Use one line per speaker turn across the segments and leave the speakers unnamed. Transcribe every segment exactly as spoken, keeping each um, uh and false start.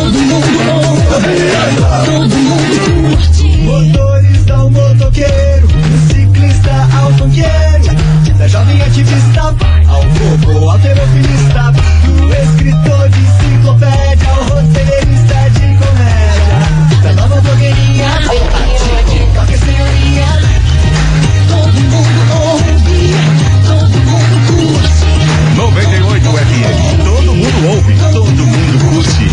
Todo mundo ouve, todo mundo curte.
Motorista ao motoqueiro, ciclista ao funkeiro, da jovem ativista ao bobo alterofilista, do escritor de enciclopédia ao roteirista de comédia, da nova blogueirinha ao de qualquer senhorinha. Todo mundo ouve, todo mundo curte.
noventa e oito F M, todo mundo ouve, todo mundo curte.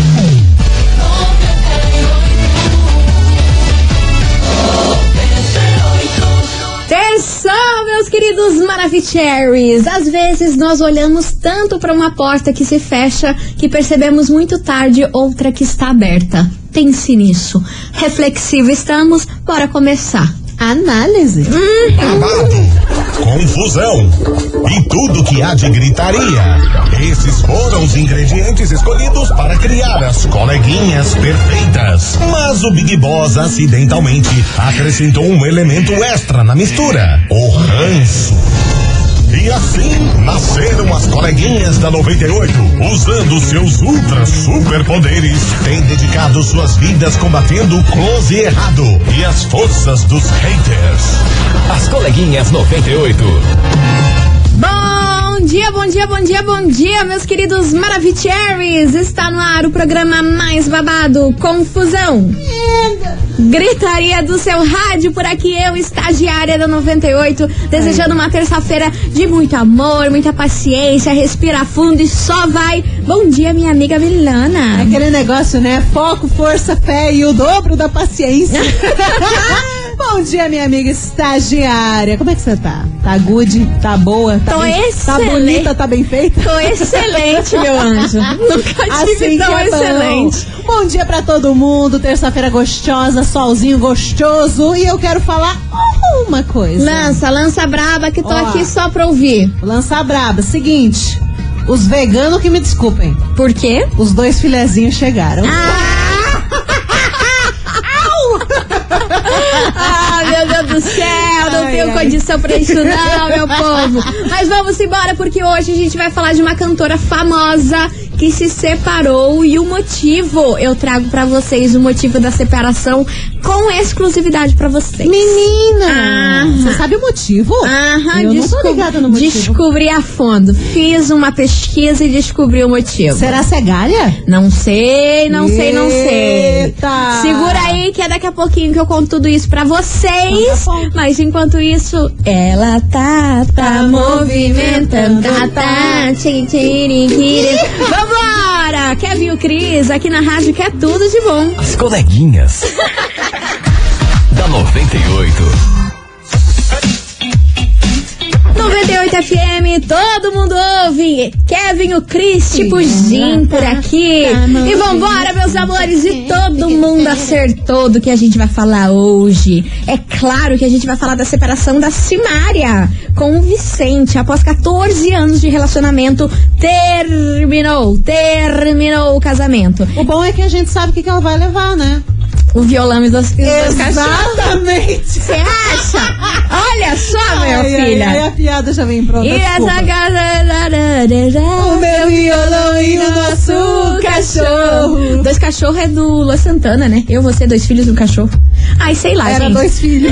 Terção, meus queridos Maravicheries. Às vezes nós olhamos tanto para uma porta que se fecha que percebemos muito tarde outra que está aberta. Pense nisso. Reflexivo estamos, bora começar. Análise. Hum.
Babado, confusão e tudo que há de gritaria. Esses foram os ingredientes escolhidos para criar as coleguinhas perfeitas. Mas o Big Boss acidentalmente acrescentou um elemento extra na mistura: o ranço. E assim nasceram as coleguinhas da noventa e oito, usando seus ultra superpoderes, têm dedicado suas vidas combatendo o close e errado e as forças dos haters. As coleguinhas noventa e oito.
Bom dia, bom dia, bom dia, bom dia, meus queridos Maravicheries. Está no ar o programa mais babado, Confusão, gritaria do seu rádio. Por aqui eu, estagiária da noventa e oito, desejando uma terça-feira de muito amor, muita paciência. Respira fundo e só vai. Bom dia, minha amiga Milana.
É aquele negócio, né? Foco, força, fé e o dobro da paciência. Bom dia, minha amiga estagiária. Como é que você tá? Tá good? Tá boa? Tá
Tô
bem,
excelente.
Tá bonita? Tá bem feita?
Tô excelente, meu anjo. Nunca tive
assim
tão
é
excelente.
Bom. Bom dia pra todo mundo. Terça-feira gostosa, solzinho gostoso. E eu quero falar uma coisa.
Lança, lança braba que tô
Ó,
aqui só pra ouvir.
Lança braba. Seguinte, os veganos que me desculpem.
Por quê?
Os dois filezinhos chegaram.
Ah! Ah, meu Deus do céu, não
Ai,
tenho
ai.
condição pra isso não, meu povo. Mas vamos embora, porque hoje a gente vai falar de uma cantora famosa que se separou e o motivo. Eu trago pra vocês o motivo da separação com exclusividade pra vocês.
Menina!
Ah,
Você sabe o motivo?
Aham,
eu
desco-
não tô ligada no motivo.
descobri a fundo. Fiz uma pesquisa e descobri o motivo.
Será cegalha?
Não sei, não sei, não sei.
Eita!
Segura aí que é daqui a pouquinho que eu conto tudo isso pra vocês.
Tá bom.
Mas enquanto isso, ela tá, tá movimentando, tá, tá, tchim, tchirim, tchirim. Vambora! Kevin e o Cris aqui na rádio, que é tudo de bom.
As coleguinhas da noventa e oito.
noventa e oito F M, todo mundo ouve. Kevin, o Cris, tipo Jim por aqui. E vambora, meus amores. E todo mundo acertou do que a gente vai falar hoje. É claro que a gente vai falar da separação da Simária com o Vicente. Após catorze anos de relacionamento, terminou, terminou o casamento.
O bom é que a gente sabe o que, que ela vai levar, né?
O violão e os, e os cachorros.
Exatamente!
Você acha? Olha só, minha
Ai,
filha.
ai, ai, a piada já vem pronta.
E
desculpa.
essa casa.
O meu violão e o nosso cachorro.
Dois cachorros é do Lua Santana, né? Eu, você, dois filhos e um cachorro. Ai, sei lá,
Era
gente.
dois filhos.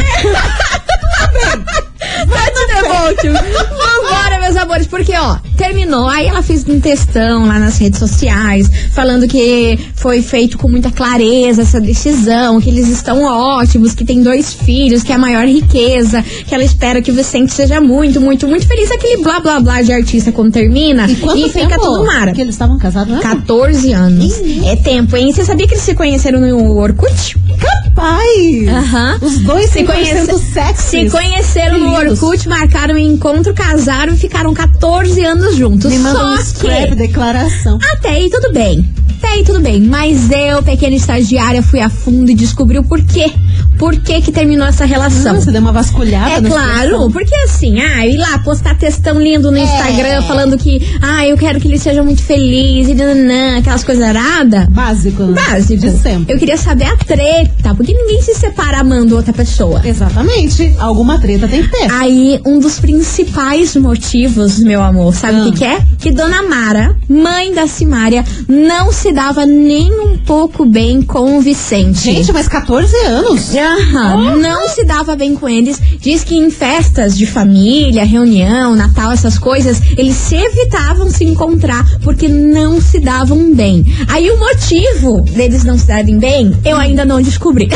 Vai te devolte. Vambora, meus amores, porque, ó, terminou. Aí ela fez um textão lá nas redes sociais, falando que foi feito com muita clareza essa decisão, que eles estão ótimos, que tem dois filhos, que é a maior riqueza, que ela espera que o Vicente seja muito, muito, muito feliz. Aquele blá, blá, blá de artista quando termina.
E quanto
e
tempo
fica tudo mara.
que eles estavam casados, né?
catorze anos. É tempo, hein? Você sabia que eles se conheceram no Orkut?
Capaz!
Aham.
Os dois
Se,
se
conhece...
conhecendo sexys.
se conheceram no
Lindos.
Orkut, marcaram um encontro, casaram e ficaram catorze anos juntos.
Me manda
Só
um
que
scrap, declaração.
até aí tudo bem. Até aí tudo bem. Mas eu, pequena estagiária, fui a fundo e descobri o porquê. por que que terminou essa relação.
Ah, você deu uma vasculhada.
É claro,
situação.
porque assim, ah, ir lá postar textão lindo no
É.
Instagram falando que, ah, eu quero que ele seja muito feliz e nananã, aquelas coisas aradas.
Básico, né?
Básico.
De sempre.
Eu queria saber a treta, porque ninguém se separa amando outra pessoa.
Exatamente. Alguma treta tem que ter.
Aí, um dos principais motivos, meu amor, sabe o
Ah.
que, que é? Que Dona Mara, mãe da Simária, não se dava nem um pouco bem com o Vicente.
Gente, mas catorze anos?
Aham, não se dava bem com eles. Diz que em festas de família, reunião, Natal, essas coisas, eles se evitavam se encontrar porque não se davam bem. Aí o motivo deles não se darem bem, eu ainda não descobri.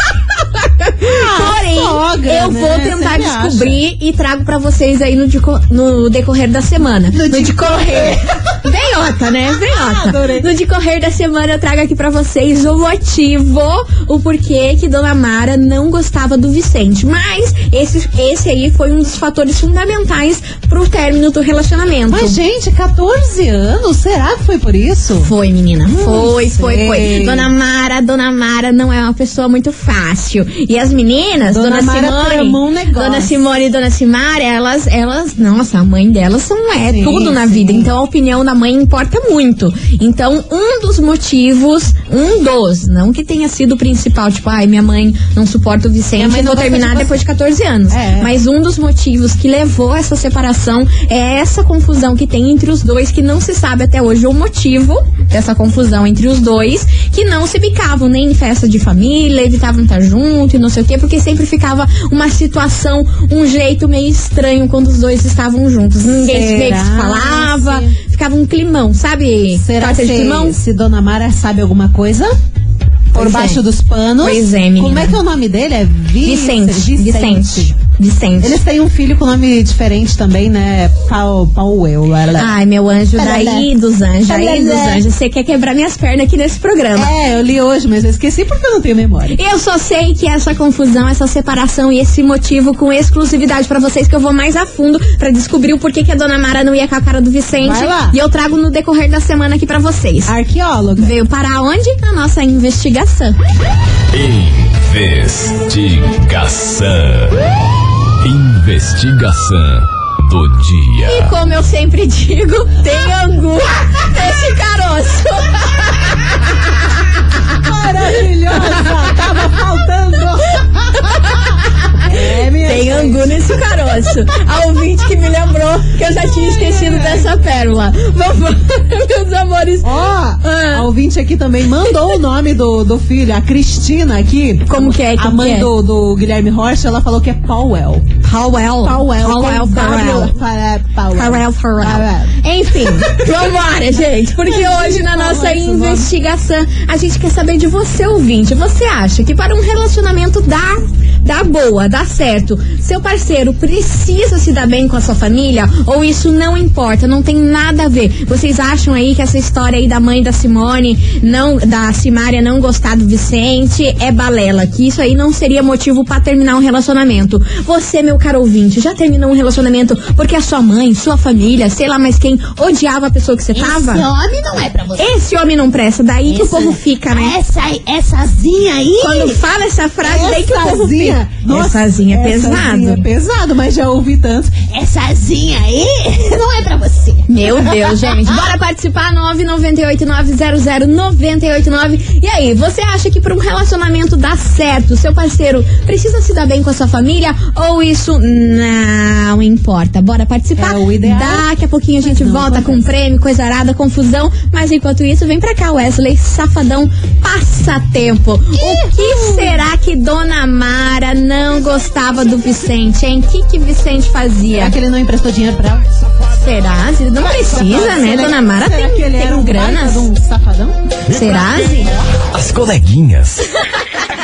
Porém,
sogra,
eu
né?
vou tentar
Sempre
descobrir e trago pra vocês aí no, deco- no decorrer da semana.
No
decorrer. Veiota, né? Veiota.
Adorei.
No decorrer da semana eu trago aqui pra vocês o motivo, o porquê que Dona Mara não gostava do Vicente. Mas esse, esse aí foi um dos fatores fundamentais pro término do relacionamento.
Mas, gente, catorze anos? Será que foi por isso?
Foi, menina. Foi,
Não
foi,
sei.
foi. Dona Mara, Dona Mara não é uma pessoa muito fácil. E as meninas,
Dona
Dona,
Mara
Simone,
tramou um negócio.
Dona Simone e Dona Simária, elas, elas, nossa, a mãe delas são, é
Sim,
tudo na
sim.
vida. Então a opinião da mãe importa muito. Então, um dos motivos, um dos, não que tenha sido o principal, tipo, ai, minha mãe não suporta o
Minha
Vicente,
mãe
eu
não
vou
gosta
terminar
de você.
depois de catorze anos.
É.
Mas um dos motivos que levou essa separação é essa confusão que tem entre os dois, que não se sabe até hoje o motivo dessa confusão entre os dois, que não se bicavam nem em festa de família, evitavam estar junto e não sei o quê, porque sempre ficava uma situação, um jeito meio estranho quando os dois estavam juntos. Ninguém
Será
meio que se falava,
se-
ficava um climão, sabe?
Será
Torta de climão?
se, se Dona Mara sabe alguma coisa? Por
Pois
baixo
é.
dos panos?
Pois é, menina.
Como é que é o nome dele? É Vi-
Vicente. Vicente. Vicente.
Eles têm um filho com nome diferente também, né? Pau, Pauel.
Ai, meu anjo,
Parará.
daí dos anjos, aí dos
Parará.
anjos. Você quer quebrar minhas pernas aqui nesse programa.
É, eu li hoje, mas eu esqueci porque eu não tenho memória.
Eu só sei que essa confusão, essa separação e esse motivo com exclusividade pra vocês, que eu vou mais a fundo pra descobrir o porquê que a Dona Mara não ia com a cara do Vicente.
Vai lá.
E eu trago no decorrer da semana aqui pra vocês.
Arqueóloga.
Veio parar onde? A nossa investigação.
Investigação. Investigação do
E
dia.
como eu sempre digo, tem angu nesse caroço.
Maravilhosa! Tava faltando! É, minha
Tem
gente.
angu nesse caroço. A ouvinte que me lembrou que eu já tinha esquecido dessa pérola. Vamos, meus amores.
Ó,
Ah.
a ouvinte aqui também mandou o nome do, do filho, a Cristina aqui.
Como que é?
A
Como
mãe
que é?
do, do Guilherme Rocha, ela falou que é Powell.
Powell.
Powell.
Powell
com
Farrell.
W, Farrell. Powell.
Farrell, Farrell. Enfim, vambora, gente. Porque hoje na nossa
Fala esse nome.
investigação a gente quer saber de você, ouvinte. Você acha que para um relacionamento dar, dar boa, dar certo, seu parceiro precisa se dar bem com a sua família? Ou isso não importa, não tem nada a ver? Vocês acham aí que essa história aí da mãe da Simone, não, da Simária não gostar do Vicente é balela? Que isso aí não seria motivo pra terminar um relacionamento? Você, meu caro ouvinte, já terminou um relacionamento porque a sua mãe, sua família, sei lá mais quem, odiava a pessoa que você tava?
Esse homem não é pra você.
Esse homem não presta, daí que o
Esse-
povo fica, né?
Essa, essazinha aí.
Quando fala essa frase, daí que o povo
Essazinha.
fica.
Nossa,
Essazinha é
essazinha
pesado.
é pesado, mas já ouvi tantos.
Essazinha aí não é pra você.
Meu Deus, gente. Bora participar, nove nove oito nove zero zero nove oito nove. E aí, você acha que para um relacionamento dar certo, seu parceiro precisa se dar bem com a sua família? Ou isso não importa? Bora participar?
É o ideal.
Daqui a pouquinho a gente
Mas não
volta com
acontece.
prêmio, coisa arada, confusão. Mas enquanto isso, vem pra cá, Wesley, safadão, passatempo. O que será que Dona Mara não gostava do Vicente, hein? O que que Vicente fazia?
Será que ele não emprestou dinheiro pra ela?
Será? Zé? Não precisa, né? Dona Mara
Será
tem,
que ele
tem
era um
grana.
baita de um safadão?
Será, Zé?
As coleguinhas.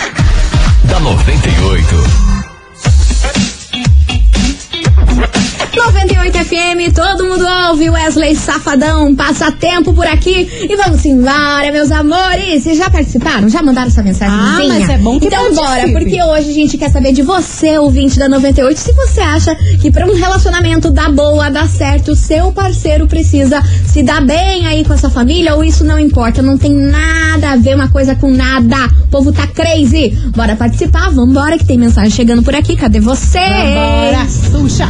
da noventa e oito.
noventa e oito F M, todo mundo ouve. Wesley Safadão, passa tempo por aqui. E vamos embora, meus amores. Vocês já participaram? Já mandaram essa mensagenzinha?
Ah, mas é bom que
Então
participe.
bora, porque hoje a gente quer saber de você, ouvinte da noventa e oito, se você acha que pra um relacionamento dar boa, dar certo, o seu parceiro precisa se dar bem aí com a sua família, ou isso não importa, não tem nada a ver uma coisa com nada. O povo tá crazy. Bora participar, vambora, que tem mensagem chegando por aqui. Cadê você?
Bora, Xuxa.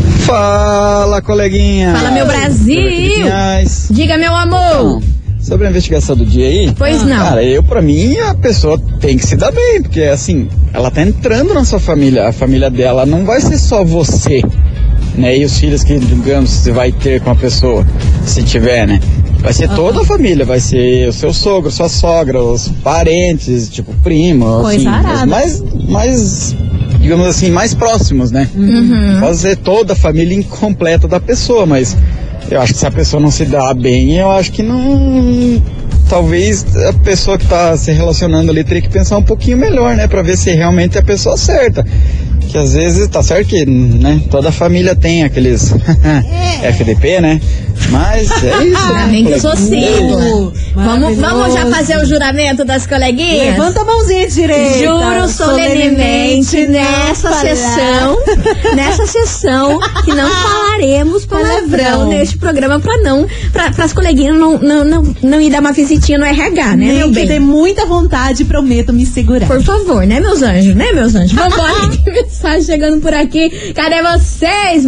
Fala, coleguinha.
Fala, meu Brasil. Diga, meu amor.
Sobre a investigação do dia aí?
Pois não.
Cara, eu, pra mim, a pessoa tem que se dar bem, porque, assim, ela tá entrando na sua família. A família dela não vai ser só você, né? E os filhos que, digamos, você vai ter com a pessoa, se tiver, né? Vai ser
Uhum.
toda a família, vai ser o seu sogro, sua sogra, os parentes, tipo, primo,
Coisa
assim,
arada.
os mais, mais, digamos assim, mais próximos, né?
Uhum.
Pode ser toda a família incompleta da pessoa, mas eu acho que se a pessoa não se dá bem, eu acho que não... Talvez a pessoa que tá se relacionando ali teria que pensar um pouquinho melhor, né? Pra ver se realmente é a pessoa certa. Que às vezes, tá certo que, né? Toda a família tem aqueles F D P, né? Mas é isso, né?
Nem que eu sou sigla. Vamos, vamos já
Maravilhoso.
fazer o juramento das coleguinhas?
Levanta a mãozinha direita.
Juro solenemente nessa
não
sessão, nessa sessão, que não falaremos palavrão
Palavrão.
neste programa pra não, pra, pras coleguinhas não, não, não, não ir dar uma visitinha no R H, né,
Nem
meu
que
bem?
dê muita vontade, prometo me segurar.
Por favor, né, meus anjos, né, meus anjos? Vambora, que mensagem chegando por aqui. Cadê vocês,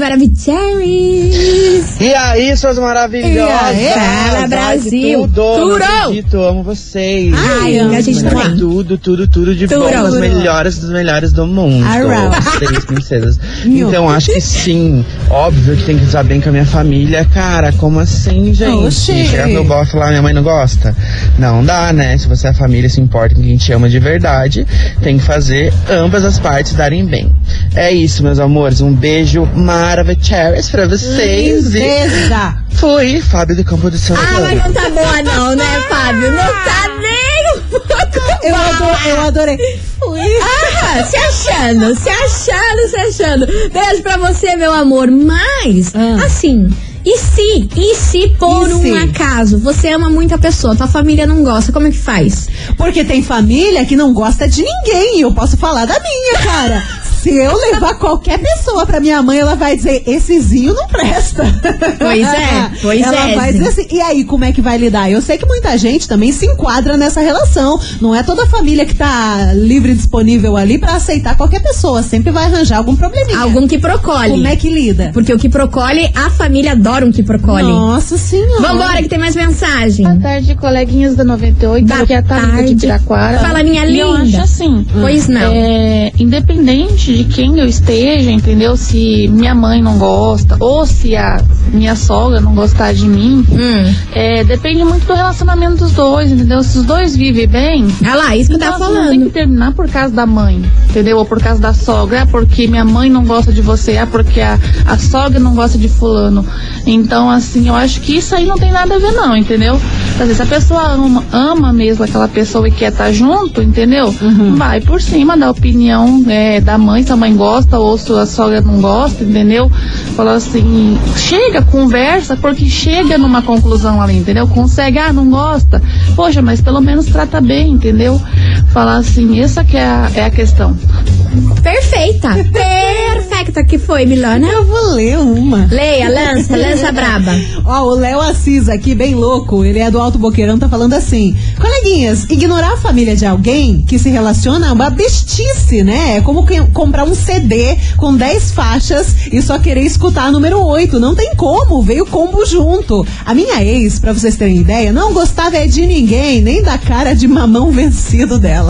Maravicheries?
E aí, suas maravilhosas!
E aí? Fala,
Ai,
Brasil!
que tudo!
Tudo!
Não acredito, amo vocês!
Ai, a gente
Mas
também.
Tudo, tudo, tudo de
Tudo.
bom, as melhores dos melhores do mundo!
Arrau.
Vocês, princesas! Então, acho que sim, óbvio que tem que usar bem com a minha família. Cara, como assim, gente?
Oxi.
Chegar no bofe e falar, minha mãe não gosta? Não dá, né? Se você é a família, se importa com quem te ama de verdade, tem que fazer ambas as partes darem bem. É isso, meus amores. Um beijo maravilhoso pra vocês. E
Lindeza.
fui, Fábio do Campo do São
Ah,
Paulo.
mas não tá boa não, né, Fábio? Não tá nem um pouco
Eu,
boa.
adorei, eu adorei. Fui.
Ah, se achando, se achando, se achando. Beijo pra você, meu amor. Mas,
Ah.
assim, e se, e se por
E
um
se?
acaso você ama muito a pessoa, tua família não gosta, como é que faz?
Porque tem família que não gosta de ninguém. E eu posso falar da minha, cara. Se eu levar qualquer pessoa pra minha mãe, ela vai dizer, essezinho não presta.
Pois é, pois
ela
é,
vai
sim.
dizer assim, e aí, como é que vai lidar? Eu sei que muita gente também se enquadra nessa relação. Não é toda família que tá livre e disponível ali pra aceitar qualquer pessoa. Sempre vai arranjar algum probleminha.
Algum que procole.
Como é que lida?
Porque o que procole, a família adora um que procole.
Nossa senhora.
Vambora que tem mais mensagem.
Boa tarde, coleguinhas da noventa e oito.
Boa
Aqui é a Thalita
tarde.
de Piraquara.
Fala, minha
E eu
linda.
acho assim,
Pois não.
é, independente de quem eu esteja, entendeu? Se minha mãe não gosta, ou se a minha sogra não gostar de mim,
Hum.
é, depende muito do relacionamento dos dois, entendeu? Se os dois vivem bem,
Ah lá, isso que eu
então,
tava
assim, não tem
falando.
que terminar por causa da mãe, entendeu? Ou por causa da sogra, ah, porque minha mãe não gosta de você, ah, porque a, a sogra não gosta de fulano. Então, assim, eu acho que isso aí não tem nada a ver não, entendeu? Às vezes a pessoa ama, ama mesmo aquela pessoa e quer estar junto, entendeu? Vai por cima da opinião é, da mãe, se a mãe gosta ou se a sogra não gosta, entendeu? Fala assim, chega, conversa, porque chega numa conclusão ali, entendeu? Consegue, ah, não gosta, poxa, mas pelo menos trata bem, entendeu? Falar assim, essa que é a, é a questão.
Perfeita. Perfeita que foi, Milona.
Eu vou ler uma.
Leia, lança, lança braba.
Ó, o Léo Assis aqui, bem louco, ele é do Alto Boqueirão, tá falando assim: coleguinhas, ignorar a família de alguém que se relaciona é uma bestice, né? É como que- comprar um C D com dez faixas e só querer escutar a número oito. Não tem como, veio combo junto. A minha ex, pra vocês terem ideia, não gostava é de ninguém, nem da cara de mamão vencido dela.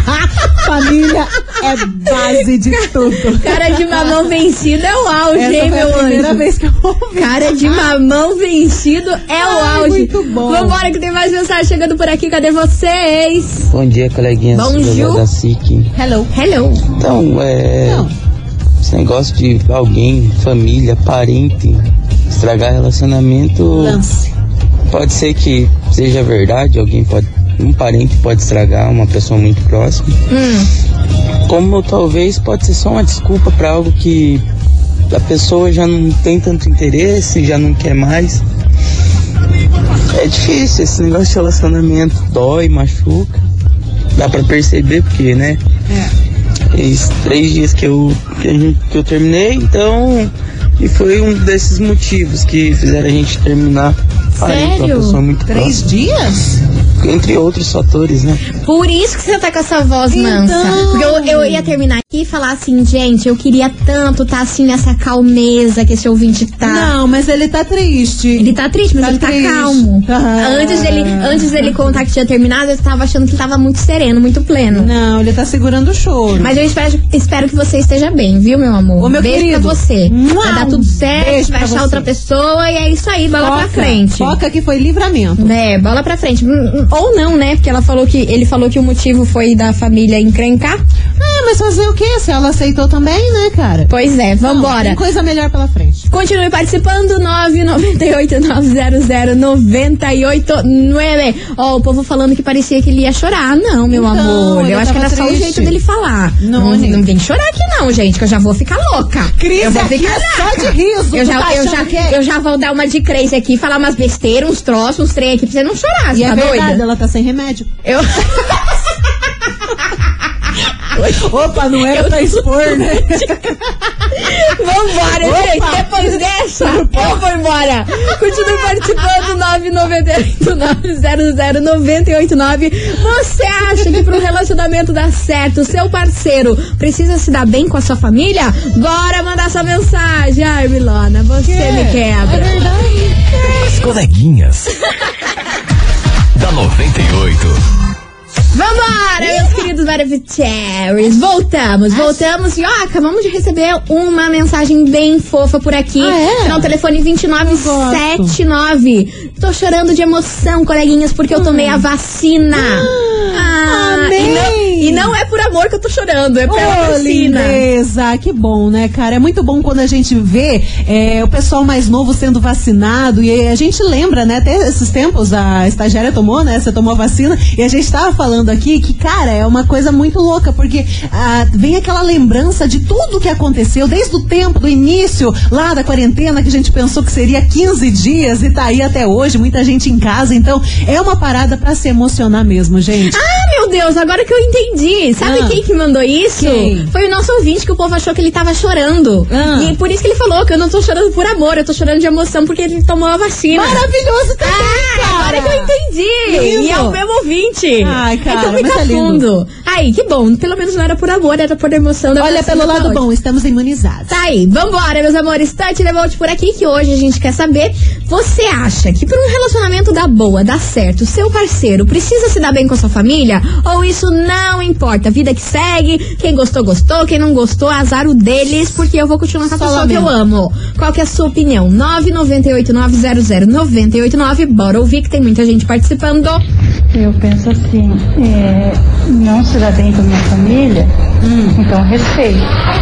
Família é base de tudo.
Cara de mamão vencido é o auge,
Essa
hein,
foi
meu
a primeira
anjo?
vez que eu ouvi.
Cara de mamão vencido é o
Ai,
auge.
muito bom.
Vambora que tem mais mensagem chegando por aqui. Cadê vocês?
Bom dia, coleguinhas
Bonjour.
da S I C.
Hello.
Hello.
Então, é.
Não.
Esse negócio de alguém, família, parente, estragar relacionamento.
Lance.
Pode ser que seja verdade, alguém pode. Um parente pode estragar uma pessoa muito próxima.
Hum.
Como talvez pode ser só uma desculpa pra algo que a pessoa já não tem tanto interesse, já não quer mais. É difícil, esse negócio de relacionamento dói, machuca. Dá pra perceber porque, né? É. Esses três dias que eu, que, a gente, que eu terminei, então... E foi um desses motivos que fizeram a gente terminar.
Sério?
Uma pessoa muito
Três
próxima.
dias?
Entre outros fatores, né?
Por isso que você tá com essa voz mansa.
Então...
Porque eu, eu ia terminar aqui e falar assim, gente, eu queria tanto tá assim nessa calmeza que esse ouvinte tá.
Não, mas ele tá triste.
Ele tá triste, mas
Tá
ele
triste.
tá calmo.
Ah.
Antes dele, antes dele contar que tinha terminado, eu tava achando que ele tava muito sereno, muito pleno.
Não, ele tá segurando o choro.
Mas eu espero, espero que você esteja bem, viu, meu amor?
Ô, meu
Beijo
querido.
pra você.
Mua.
Vai dar tudo certo,
Beijo
vai
pra
achar
você.
outra pessoa e é isso aí, bola
Foca,
pra frente.
Foca que foi livramento.
É, bola pra frente. Ou não, né? Porque ela falou que ele falou que o motivo foi da família encrencar.
Ah, mas fazer o quê? Se ela aceitou também, né, cara?
Pois é,
Não,
vambora.
tem coisa melhor pela frente.
Continue participando, nove nove oito nove zero zero nove oito nove. Ó, o povo falando que parecia que ele ia chorar. Não, meu
Então,
amor.
ele
Eu acho que
tava
era só o
triste.
jeito dele falar.
Não,
não,
gente.
não vem chorar aqui não, gente, que eu já vou ficar louca.
Crise
eu vou
aqui
ficar
é só
louca.
de riso.
Eu
Tu
já,
tá
eu,
achando
já,
que é?
eu já vou dar uma de crazy aqui, falar umas besteiras, uns troços, uns trem aqui pra você não chorar.
E
Você
é
tá
verdade,
doida?
ela tá sem remédio.
Eu...
Opa, não era pra expor, né?
Vambora,
Opa!
gente. Depois dessa, eu vou embora. Continue participando, nove nove oito nove zero zero nove oito nove. Você acha que para um relacionamento dar certo, o seu parceiro precisa se dar bem com a sua família? Bora mandar sua mensagem. Ai, Milona, você
Que?
me quebra.
É verdade.
As coleguinhas. Da noventa e oito.
Vambora, meus queridos Maravicheries. Voltamos, voltamos. E ó, acabamos de receber uma mensagem bem fofa por aqui.
Ah, é?
Final telefone vinte e nove setenta e nove. Tô chorando de emoção, coleguinhas, porque eu tomei a vacina. Ah,
amei.
E não, e não é por amor que eu tô chorando, é pela
Ô,
vacina.
lindeza, que bom, né, cara? É muito bom quando a gente vê é, o pessoal mais novo sendo vacinado e a gente lembra, né? Até esses tempos a estagiária tomou, né? Você tomou a vacina e a gente tava falando aqui que, cara, é uma coisa muito louca, porque ah, vem aquela lembrança de tudo que aconteceu desde o tempo do início lá da quarentena, que a gente pensou que seria quinze dias e tá aí até hoje, muita gente em casa, então é uma parada pra se emocionar mesmo, gente.
Ah, meu Deus, agora que eu entendi. Sabe
Ah.
quem que mandou isso?
Quem?
Foi o nosso ouvinte, que o povo achou que ele tava chorando.
Ah.
E por isso que ele falou que eu não tô chorando por amor, eu tô chorando de emoção porque ele tomou a vacina.
Maravilhoso também,
Ah,
cara.
agora que eu entendi.
Lindo.
E é o mesmo ouvinte.
Ai, cara,
então fica
mas é lindo.
fundo. Aí, que bom. Pelo menos não era por amor, era por emoção da
Olha,
vacina,
pelo
tá
lado
ótimo.
bom, estamos imunizados.
Tá aí, vambora, meus amores. Tante Levolte por aqui, que hoje a gente quer saber. Você acha que pra um relacionamento dar boa, dar certo, seu parceiro precisa se dar bem com a sua família? Ou isso não importa? Vida que segue, quem gostou, gostou, quem não gostou, azar o deles, porque eu vou continuar com a
Só
pessoa que eu
lamento.
amo. Qual que é a sua opinião? nove nove oito nove zero zero nove oito nove. Bora ouvir que tem muita gente participando.
Eu penso assim, é, não se dá bem com a minha família, então respeito.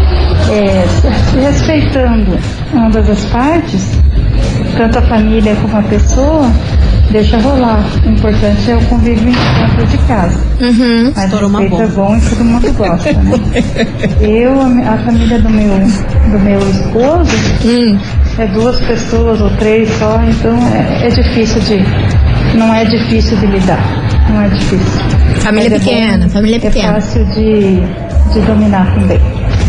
É, se respeitando ambas as partes, tanto a família como a pessoa, deixa rolar. O importante é o convívio dentro de casa.
Uhum.
Mas
Estourou uma
respeito é
bomba.
bom e todo mundo gosta, né? Eu, a, mi- a família do meu, do meu esposo,
Hum.
é duas pessoas ou três só, então é, é difícil de... Não é difícil de lidar, não é difícil.
Família
Mas é
pequena,
bom,
família pequena.
É fácil de, de dominar também.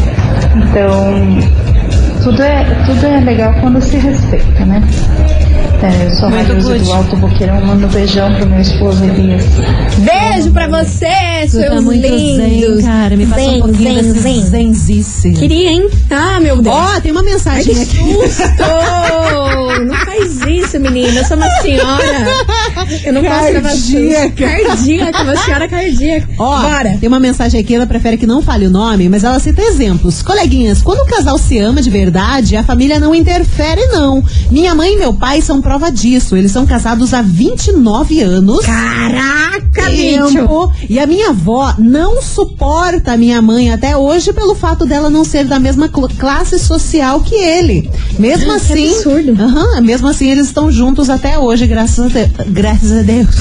Então, tudo é, tudo é legal quando se respeita, né? É, eu sou a
Muito
Marilza
good.
do Alto Boqueirão, mando um beijão pro meu esposo Elias.
Beijo pra você,
Tu
seus
tá muito
lindos.
zen, cara. Me passa um
Zen,
pouquinho
zen,
desse
zen.
zenzice.
Queria, hein? Ah, meu Deus.
Ó, tem uma
Ai,
mensagem
que
aqui.
susto! Não faz isso, menina. Eu sou uma senhora. Eu não posso levar susto.
Cardíaca.
Cardíaca, uma senhora cardíaca.
Ó,
Bora.
tem uma mensagem aqui, ela prefere que não fale o nome, mas ela cita exemplos. Coleguinhas, quando o casal se ama de verdade, a família não interfere, não. Minha mãe e meu pai são prova disso. Eles são casados há vinte e nove anos.
Caraca, bicho.
Tempo. E a minha avó avó não suporta a minha mãe até hoje pelo fato dela não ser da mesma cl- classe social que ele. Mesmo
ah,
assim,
que absurdo.
Uh-huh, mesmo assim eles estão juntos até hoje, graças a Deus. Graças a Deus.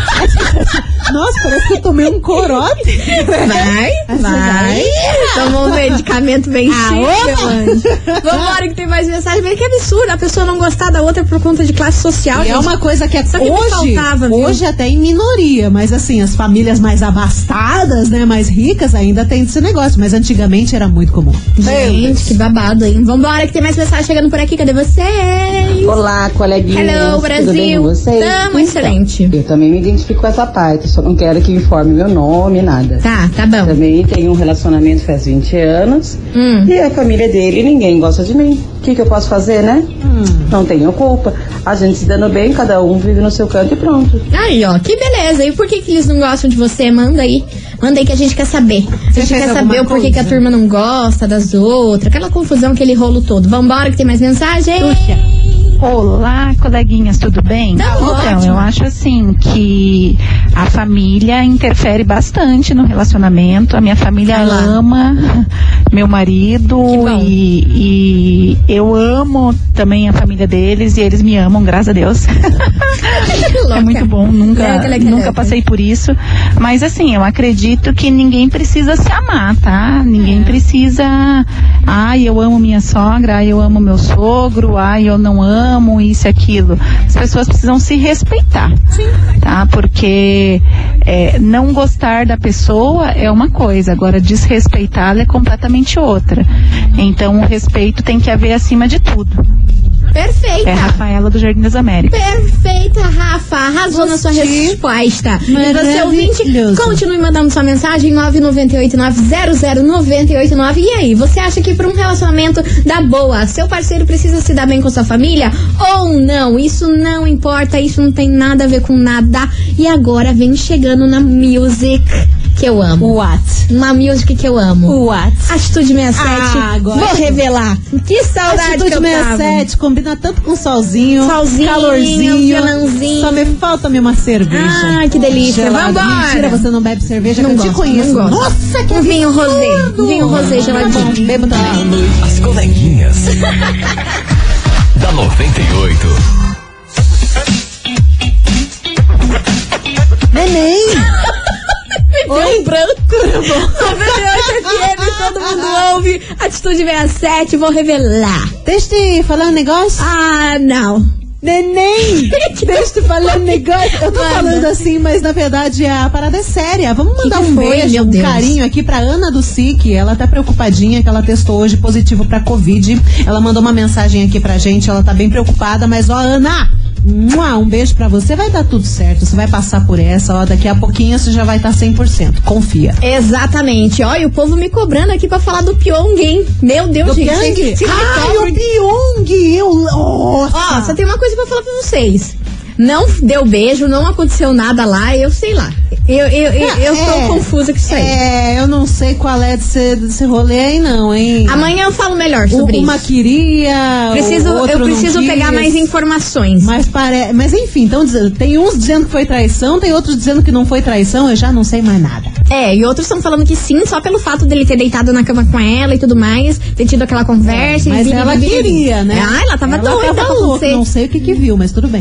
Nossa, parece que eu tomei um corote.
Vai, vai. Tomou um medicamento bem ah, chique, meu anjo. Vambora que tem mais mensagem. Mas que absurdo a pessoa não gostar da outra por conta de classe social.
E é uma coisa que, é,
que
hoje,
faltava,
hoje até em minoria, mas assim, as famílias mais abastadas, né, mais ricas ainda tem esse negócio, mas antigamente era muito comum.
Gente, que babado, hein? Vambora que tem mais mensagem chegando por aqui. Cadê vocês?
Olá, coleguinha.
Hello, Brasil.
Tudo bem com vocês?
Tamo
então,
excelente.
Eu também me identifico com essa parte, só não quero que informe meu nome, nada.
Tá, tá bom.
Também tenho um relacionamento faz vinte anos
hum.
e a família dele, ninguém gosta de mim. O que, que eu posso fazer, né? Hum. Não tenho culpa. A gente se dando bem, cada um vive no seu canto e pronto.
Aí, ó, que beleza. E por que, que eles não gostam de você? Manda aí. Manda aí que a gente quer saber. A gente quer saber o porquê que a turma não gosta das outras. Aquela confusão, aquele rolo todo. Vambora que tem mais mensagem.
Puxa. Olá, coleguinhas, tudo bem?
Tá
então,
ótimo.
Eu acho assim que a família interfere bastante no relacionamento. A minha família ama meu marido e, e eu amo também a família deles e eles me amam, graças a Deus. É muito bom, nunca, leca, leca, nunca leca. passei por isso. Mas assim, eu acredito que ninguém precisa se amar, tá? Ninguém é. precisa. Ai, eu amo minha sogra, ai, eu amo meu sogro, ai, eu não amo isso e aquilo. As pessoas precisam se respeitar. Sim. Tá? Porque é, não gostar da pessoa é uma coisa, agora desrespeitá-la é completamente outra. Então o respeito tem que haver acima de tudo.
Perfeita.
É a Rafaela do Jardim das Américas.
Perfeita, Rafa. Arrasou na sua resposta. E você, ouvinte, continue mandando sua mensagem nove nove oito nove zero zero nove oito nove. E aí, você acha que para um relacionamento da boa, seu parceiro precisa se dar bem com sua família ou não? Isso não importa, isso não tem nada a ver com nada. E agora vem chegando na music que eu amo.
What?
Uma music que eu amo.
What?
Atitude sessenta e sete.
Ah, agora
vou revelar. Que saudade
Atitude
que eu tava.
sessenta e sete combina tanto com solzinho,
solzinho,
calorzinho,
violãozinho.
Só me falta-me uma cerveja.
Ai, que delícia.
Gelado.
Vambora.
Mentira, você não bebe cerveja,
não
que
gosto,
eu te conheço.
Não gosto.
Nossa, que
um vinho rosé. Um vinho rosé geladinho.
Bebo também.
As coleguinhas da noventa e oito.
Neném.
Oi, branco. noventa e oito F M, todo mundo ouve. Atitude sessenta e sete, vou revelar.
Deixa eu te falar um negócio.
Ah, não.
Neném, deixa eu te falar um negócio. Eu tô Manda. falando assim, mas na verdade a parada é séria. Vamos mandar que que um foi, beijo, um Deus. carinho aqui pra Ana do S I C. Ela tá preocupadinha que ela testou hoje positivo pra Covid. Ela mandou uma mensagem aqui pra gente, ela tá bem preocupada, mas ó, Ana, um beijo pra você, vai dar tudo certo, você vai passar por essa, ó, daqui a pouquinho você já vai estar tá cem por cento, confia.
Exatamente, ó, e o povo me cobrando aqui pra falar do Pyong, hein? Meu Deus,
do
gente.
Pyong? Ai, o Pyong, eu... Nossa.
Ó, só tem uma coisa pra falar pra vocês. Não deu beijo, não aconteceu nada lá, eu sei lá. Eu, eu, eu, eu é, tô confusa com isso aí.
É, eu não sei qual é desse, desse rolê aí não, hein?
Amanhã eu falo melhor sobre
o,
isso.
Uma queria,
preciso,
o outro
eu preciso
não
pegar
quis,
mais informações.
Mas, pare... mas enfim, então tem uns dizendo que foi traição, tem outros dizendo que não foi traição, eu já não sei mais nada.
É, e outros estão falando que sim, só pelo fato dele ter deitado na cama com ela e tudo mais, ter tido aquela conversa.
É, mas ela queria, né?
Ah, ela tava
ela
doida,
tava
não
louca,
sei.
Não sei o que que viu, mas tudo bem.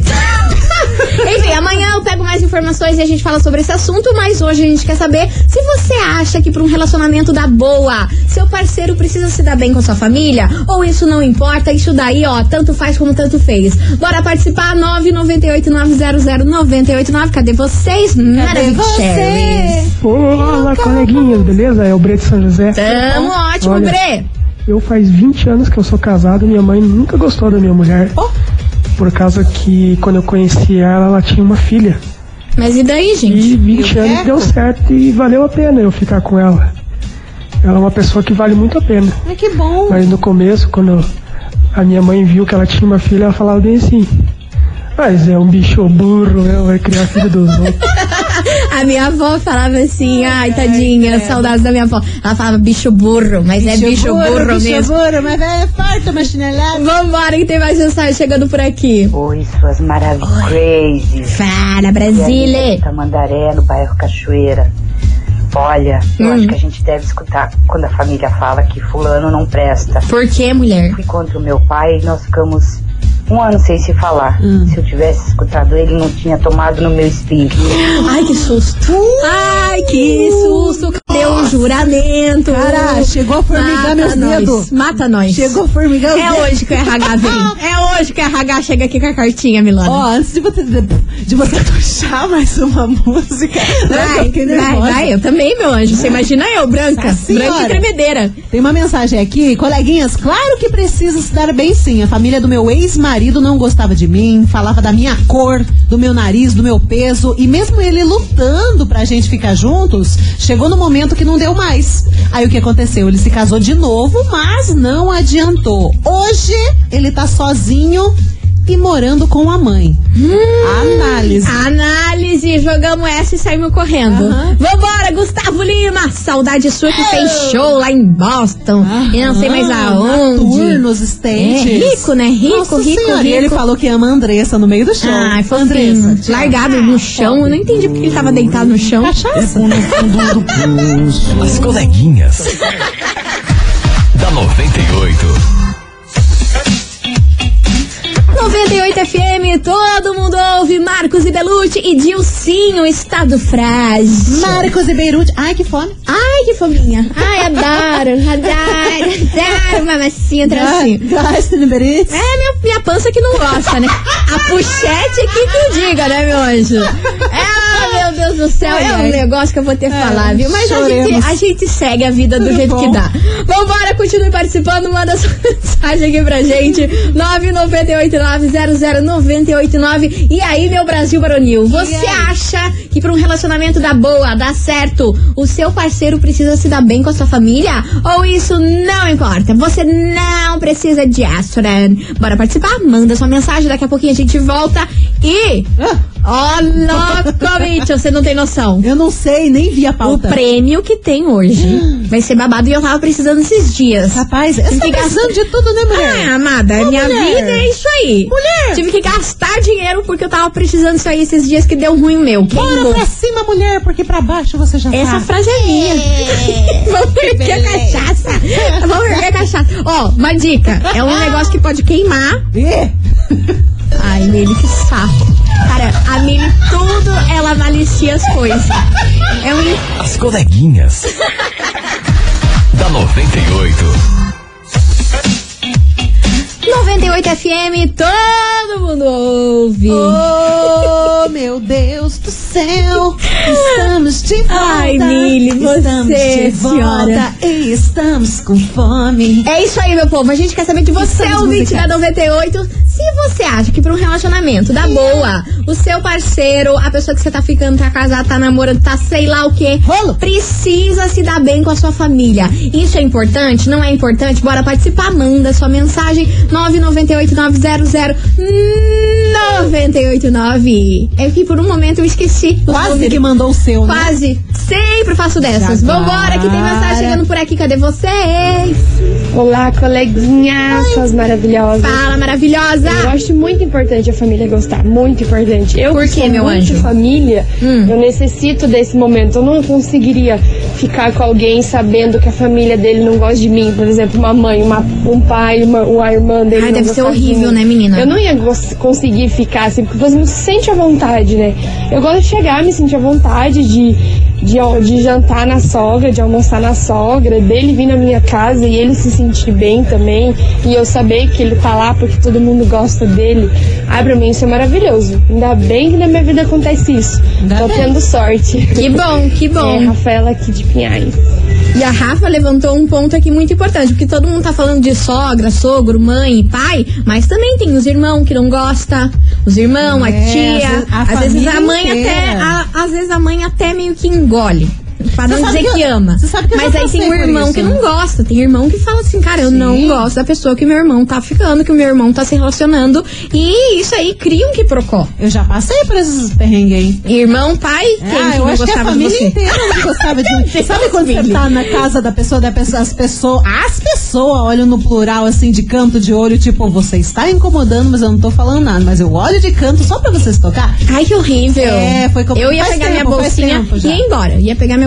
Enfim, amanhã eu pego mais informações e a gente fala sobre esse assunto, mas hoje a gente quer saber se você acha que para um relacionamento da boa, seu parceiro precisa se dar bem com sua família, ou isso não importa, isso daí, ó, tanto faz como tanto fez. Bora participar, nove nove oito nove zero zero nove oito nove, cadê vocês? Maravilhosos.
Olá, coleguinhas, beleza? É o Bre de São José.
Tamo ótimo,
Olha,
Bre.
Eu faz vinte anos que eu sou casado, minha mãe nunca gostou da minha mulher. Oh. Por causa que quando eu conheci ela, ela tinha uma filha.
Mas e daí, gente?
E vinte anos deu certo e valeu a pena eu ficar com ela. Ela é uma pessoa que vale muito a pena.
Ai, que bom.
Mas no começo, quando a minha mãe viu que ela tinha uma filha, ela falava bem assim: mas é um bicho burro, né? Vai criar filho dos outros.
A minha avó falava assim, ai, tadinha, saudades da minha avó. Ela falava bicho burro, mas bicho é bicho burro, burro
bicho
mesmo.
Bicho burro, mas é farto, uma chinelada.
Vambora, que tem mais mensagem chegando por aqui.
Oi, suas maravilhosas.
Fala, Brasília.
Tamandaré, no bairro Cachoeira. Olha, eu
Hum.
acho que a gente deve escutar quando a família fala que fulano não presta.
Por que, mulher?
Fui contra o meu pai e nós ficamos um ano sem se falar. Se eu tivesse escutado ele, não tinha tomado no meu espírito.
Ai, que susto. Ai, que susto. Cadê o juramento?
Cara, chegou a formigar
Mata
meus
nós.
dedos.
Mata nós.
Chegou a formigar os
É
dedos.
hoje que o R H vem. É hoje que o R H chega aqui com a cartinha, Milana.
Ó, antes de você, de você puxar mais uma música.
Vai, vai, vai. Eu também, meu anjo. Você imagina eu, branca.
Nossa
Branca
senhora.
e tremedeira.
Tem uma mensagem aqui, coleguinhas, claro que precisa se dar bem sim. A família do meu ex-marido não gostava de mim, falava da minha cor, do meu nariz, do meu peso, e mesmo ele lutando pra gente ficar juntos, chegou no momento que não deu mais. Aí o que aconteceu? Ele se casou de novo, mas não adiantou. Hoje ele tá sozinho e morando com a mãe.
Hum,
Análise.
Análise. Jogamos essa e saímos correndo.
Aham.
Vambora, Gustavo Lima. Saudade sua que fez show lá em Boston. E não sei mais aonde.
Turnos, stages.
É, rico, né? Rico,
Nossa
rico,
senhora,
rico.
E ele falou que ama a Andressa no meio do show.
Ai, fofinho.
Andressa, tchau.
Largado no chão. Eu não entendi porque ele tava deitado no chão.
Cachaça.
As coleguinhas. Da noventa e oito.
noventa e oito F M, todo mundo ouve. Marcos e Belucci e Dilcinho, estado frágil.
Marcos e Beirute. Ai, que fome.
Ai, que fominha. Ai, adoro, adoro, adoro uma massinha trancinho.
Gosta de Beirute?
É, minha, minha pança que não gosta, né? A puxete aqui que o diga, né, meu anjo? Ah, meu Deus do céu, é um negócio que eu vou ter que falar, viu? Mas a gente, a gente segue a vida do jeito que dá. Vambora, continue participando, manda sua mensagem aqui pra gente. nove nove oito nove zero zero nove oito nove. E aí, meu Brasil Baronil, você acha que pra um relacionamento dar boa, dar certo, o seu parceiro precisa se dar bem com a sua família? Ou isso não importa? Você não precisa de astran. Bora participar? Manda sua mensagem, daqui a pouquinho a gente volta e... Ó, louco, bicho, você não tem noção.
Eu não sei, nem vi a pauta.
O prêmio que tem hoje vai ser babado e eu tava precisando esses dias.
Rapaz, você tá precisando de tudo, né, mulher?
Ah, amada,
Ô,
minha
mulher.
vida é isso aí.
Mulher.
Tive que gastar dinheiro porque eu tava precisando disso aí esses dias que deu ruim meu.
Bora
Queimou.
pra cima, mulher, porque pra baixo você já
Essa
tá.
frase é minha. Vamos perder a cachaça. Vamos perder a cachaça. Ó, uma dica. É um negócio que pode queimar. Ai, Mili, que saco. Cara, a Mili, tudo ela malicia as coisas. É um...
As coleguinhas. Da noventa e oito.
noventa e oito F M, todo mundo ouve.
Oh, meu Deus do céu. Estamos de volta.
Ai, Mili, você,
estamos de volta
senhora.
e estamos com fome.
É isso aí, meu povo. A gente quer saber de você,
Estamos
ouvinte
musicais.
da noventa e oito. Se você acha que pra um relacionamento dá boa, o seu parceiro, a pessoa que você tá ficando, tá casado, tá namorando, tá sei lá o quê, precisa se dar bem com a sua família. Isso é importante? Não é importante? Bora participar, manda sua mensagem nove nove oito nove zero zero nove oito nove. É que por um momento eu esqueci. os
Quase
números.
que mandou o seu, né?
Quase. Sempre faço dessas.
Jaguara.
Vambora, que tem mensagem chegando por aqui. Cadê vocês?
Olá, coleguinhas, suas maravilhosas.
Fala, maravilhosa.
Eu acho muito importante a família gostar, muito importante. Eu
Por
que
quê,
sou
meu
muito
anjo?
família,
Hum.
eu necessito desse momento. Eu não conseguiria ficar com alguém sabendo que a família dele não gosta de mim. Por exemplo, uma mãe, uma, um pai, uma, uma irmã dele.
Ai,
não
deve ser
gostar de
horrível,
mim.
né, menina?
Eu não ia gos- conseguir ficar assim, porque você não se sente à vontade, né? Eu gosto de chegar, me sentir à vontade de, de, de jantar na sogra, de almoçar na sogra, dele vir na minha casa e ele se sentir bem também. E eu saber que ele tá lá porque todo mundo gosta dele. Ai, pra mim isso é maravilhoso. Ainda bem que na minha vida acontece isso.
Ainda
Tô
bem.
tendo sorte.
Que bom, que bom.
É, Rafaela aqui de Pinhais.
E a Rafa levantou um ponto aqui muito importante, porque todo mundo tá falando de sogra, sogro, mãe, pai, mas também tem os irmãos que não gostam, os irmãos, a
É,
tia,
a
às vezes a
família
mãe
inteira.
até, a- às vezes a mãe até meio que engole. Pra
Você
não
sabe
dizer
que
que,
eu-
ama.
você sabe que eu
Mas
já
aí tem
passei
um
por
irmão
isso.
que não gosta. Tem irmão que fala assim, cara, eu
Sim.
não gosto da pessoa que meu irmão tá ficando, que o meu irmão tá se relacionando. E isso aí cria um quiprocó.
Eu já passei por esses perrengues aí.
Irmão, pai, quem
Ah,
que
eu
não
acho que a
gostava de
família
você?
inteira não gostava de mim. Sabe quando você
Mili.
tá na casa da pessoa, da pessoa, as pessoas, as pessoas olham no plural, assim, de canto de olho, tipo, você está incomodando, mas eu não tô falando nada, mas eu olho de canto só pra você se tocar.
Ai, que horrível.
É, foi como-
Eu ia
faz
pegar minha
tempo, faz
bolsinha
tempo
e
já.
ia embora. Ia pegar minha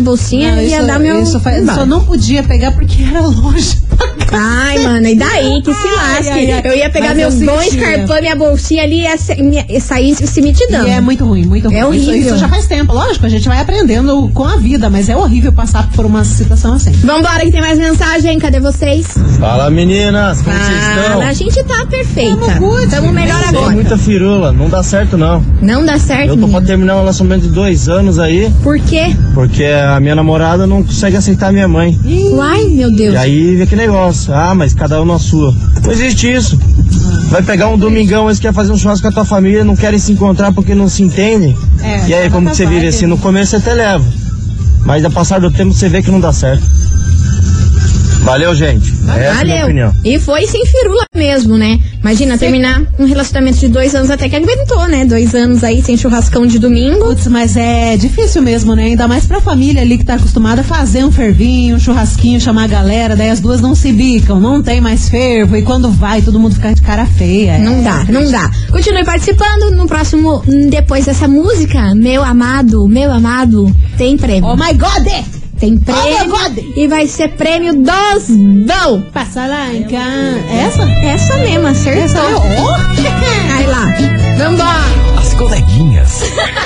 bolsinha
Não,
e ia
isso-
dar meu.
isso faz- só não podia pegar porque era longe.
Ai, mano, e daí que se
Ai,
lasque?
ai, ai.
Eu ia pegar
Mas
meus
eu
dois
sentia.
carpão, minha bolsinha ali e ia sa- minha- ia sair se me te dando.
E é muito ruim, muito ruim.
É horrível.
Isso, isso já faz tempo. Lógico, a gente vai aprendendo com a vida, mas é horrível passar por uma situação assim.
Vambora que tem mais mensagem, cadê vocês?
Fala meninas, como vocês estão?
Ah, a gente tá perfeita.
good.
Tamo melhor
Tem
agora.
muita firula, não dá certo não.
Não dá certo.
Eu tô pra
menino.
terminar um relacionamento de dois anos aí,
Por quê?
porque a minha namorada não consegue aceitar a minha mãe.
Uai, meu Deus.
E aí vem que negócio, ah, mas cada um na sua. Não existe isso. Vai pegar um domingão, mas quer fazer um churrasco com a tua família, não querem se encontrar porque não se entendem.
É,
e aí como que você vive assim? No começo você até leva, mas ao passar do tempo você vê que não dá certo. Valeu, gente. Essa é a minha
Valeu.
opinião.
E foi sem firula mesmo, né? Imagina, terminar um relacionamento de dois anos até que aguentou, né? Dois anos aí sem churrascão de domingo.
Putz, mas é difícil mesmo, né? Ainda mais pra família ali que tá acostumada a fazer um fervinho, um churrasquinho, chamar a galera, daí as duas não se bicam, não tem mais fervo, e quando vai, todo mundo fica de cara feia.
Não
é.
dá, não dá. Continue participando. No próximo, depois dessa música, meu amado, meu amado, tem prêmio.
Oh my God!
Tem prêmio.
Oh my God!
E vai ser prêmio dos Dom.
Passa lá em casa. Essa?
Essa mesmo, acertou.
Essa é o-
Aí lá. Vambora.
As coleguinhas.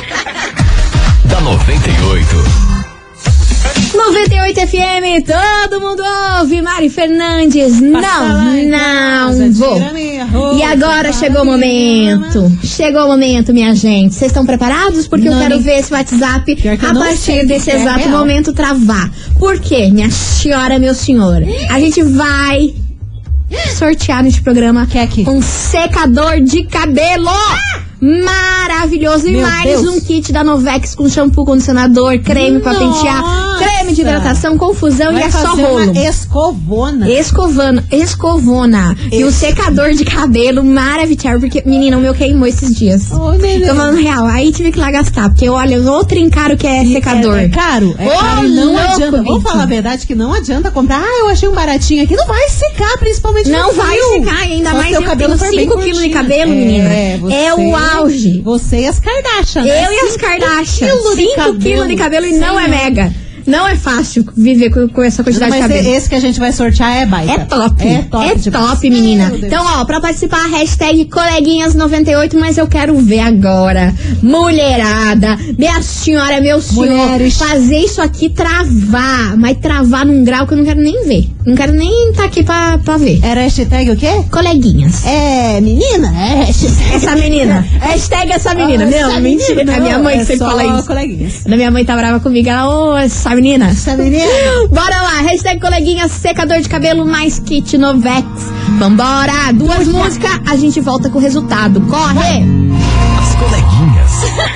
da noventa e oito.
noventa e oito F M, todo mundo ouve. Mari Fernandes, não, não vou. E agora chegou o momento. Chegou o momento, minha gente. Vocês estão preparados? Porque eu
Não,
quero
nem-
ver esse WhatsApp
que eu
a
não
partir
sei o
desse
que é
exato
real.
momento travar. Por quê, minha senhora, meu senhor? A gente vai sortear neste programa um secador de cabelo. Maravilhoso! E
Meu
mais
Deus.
um kit da Novex com shampoo, condicionador, creme pra pentear, creme de hidratação, confusão
Vai
e é só
fazer
rolo.
uma escovona.
Escovana, escovona. E o
Esse.
secador de cabelo maravilhoso, porque, menina, o meu queimou esses dias.
Oi, neném.
Tô falando real, aí tive que ir lá gastar, porque olha, outro encaro que é secador.
É, é caro, é
Ô,
caro e não
louco,
adianta. Vamos
Vicky.
falar a verdade que não adianta comprar. Ah, eu achei um baratinho aqui. Não vai secar, principalmente
Não
no
vai
frio.
secar, e ainda
Só
mais
se o
eu
cabelo
tenho
for bem
cinco quilos de
curtinho.
cabelo, menina.
É, você-
É o auge.
Você e as Kardashian, né?
Eu e as
Cinco
Kardashian.
quilos de
cinco
cabelo.
quilos de cabelo e não é
Sim.
mega. Não é fácil viver com, com essa quantidade
Mas
de cabelo.
esse que a gente vai sortear é baita.
É top.
É top.
É
demais.
top, menina.
Meu Deus.
Então, ó, pra participar, hashtag coleguinhas noventa e oito, mas eu quero ver agora. Mulherada, minha senhora, meu senhor,
Mulheres.
fazer isso aqui travar. Mas travar num grau que eu não quero nem ver. Não quero nem estar aqui pra, pra ver.
Era hashtag o quê?
Coleguinhas.
É, menina? É hashtag.
Essa menina. Hashtag essa menina.
Essa
Não, mentira.
menina,
A minha mãe
é
que sempre
só
fala isso.
coleguinhas.
Quando a minha mãe tá brava comigo, ela, ô, essa menina.
Essa menina.
Bora lá, hashtag coleguinha, secador de cabelo mais kit Novex. Vambora, duas músicas, a gente volta com o resultado. Corre!
As coleguinhas.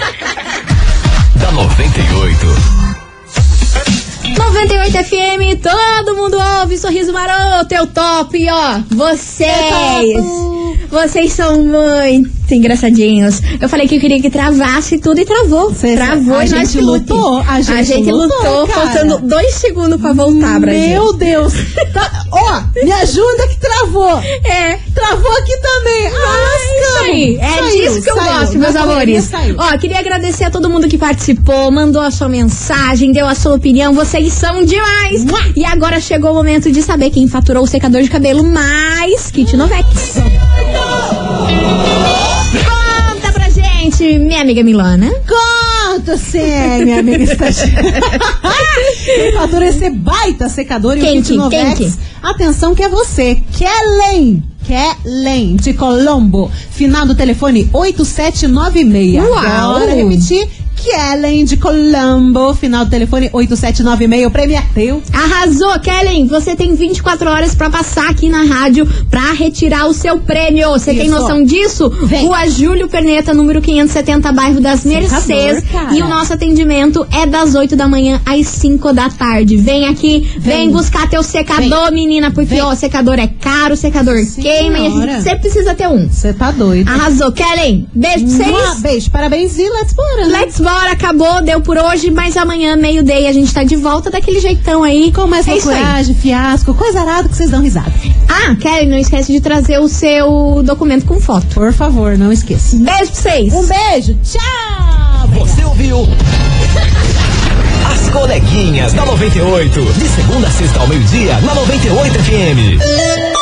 da noventa e oito.
noventa e oito F M, todo mundo ouve, sorriso maroto, é o top, ó. Vocês, vocês são muito engraçadinhos. Eu falei que eu queria que travasse tudo e travou.
Cê-
Travou
a
e nós
gente
que
lutou,
lute.
a gente
lutou,
lutou, cara.
faltando dois segundos pra voltar, Brasil.
Meu Deus. Tá- Ó, me ajuda que travou.
É.
Travou aqui também. Ah,
Isso aí, é
Saiu,
disso que eu
saiu.
gosto,
Na
meus
correria
amores.
saiu.
Ó, queria agradecer a todo mundo que participou, mandou a sua mensagem, deu a sua opinião, vocês são demais. E agora chegou o momento de saber quem faturou o secador de cabelo mais Kit Novex. Conta pra gente, minha amiga Milana.
Conta sim, minha amiga estagiária. Quem fatura esse baita secador e
Quem
o Kit
que-
Novex?
quem que?
Atenção que é você, Kellen. Kellen, de Colombo. Final do telefone oito sete nove seis.
Uau.
Agora repetir. Kellen de Colombo, final do telefone oito sete nove seis, o prêmio é teu.
Arrasou, Kellen! Você tem vinte e quatro horas pra passar aqui na rádio pra retirar o seu prêmio. Você tem
Isso.
noção disso?
Vem.
Rua Júlio Perneta, número quinhentos e setenta, bairro das Mercês.
cara.
E o nosso atendimento é das oito da manhã às cinco da tarde. Vem aqui, vem,
Vem.
buscar teu secador, menina, porque
Vem.
ó, o secador é caro, o secador queima e a
Senhora.
gente sempre precisa ter um.
Você tá doido.
Arrasou, Kellen! Beijo pra
Mua,
vocês!
beijo, parabéns e let's bora. né?
Let's bora, acabou, deu por hoje, mas amanhã, meio-dia, a gente tá de volta daquele jeitão aí.
Com mais
é isso aí.
loucuragem, fiasco, coisa arada que vocês dão risada.
Ah, Kelly, não esquece de trazer o seu documento com foto.
Por favor, não esqueça.
Beijo pra vocês.
Um beijo, tchau!
Você ouviu? As coleguinhas. Coleguinhas da noventa e oito. De segunda a sexta ao meio-dia, na noventa e oito F M.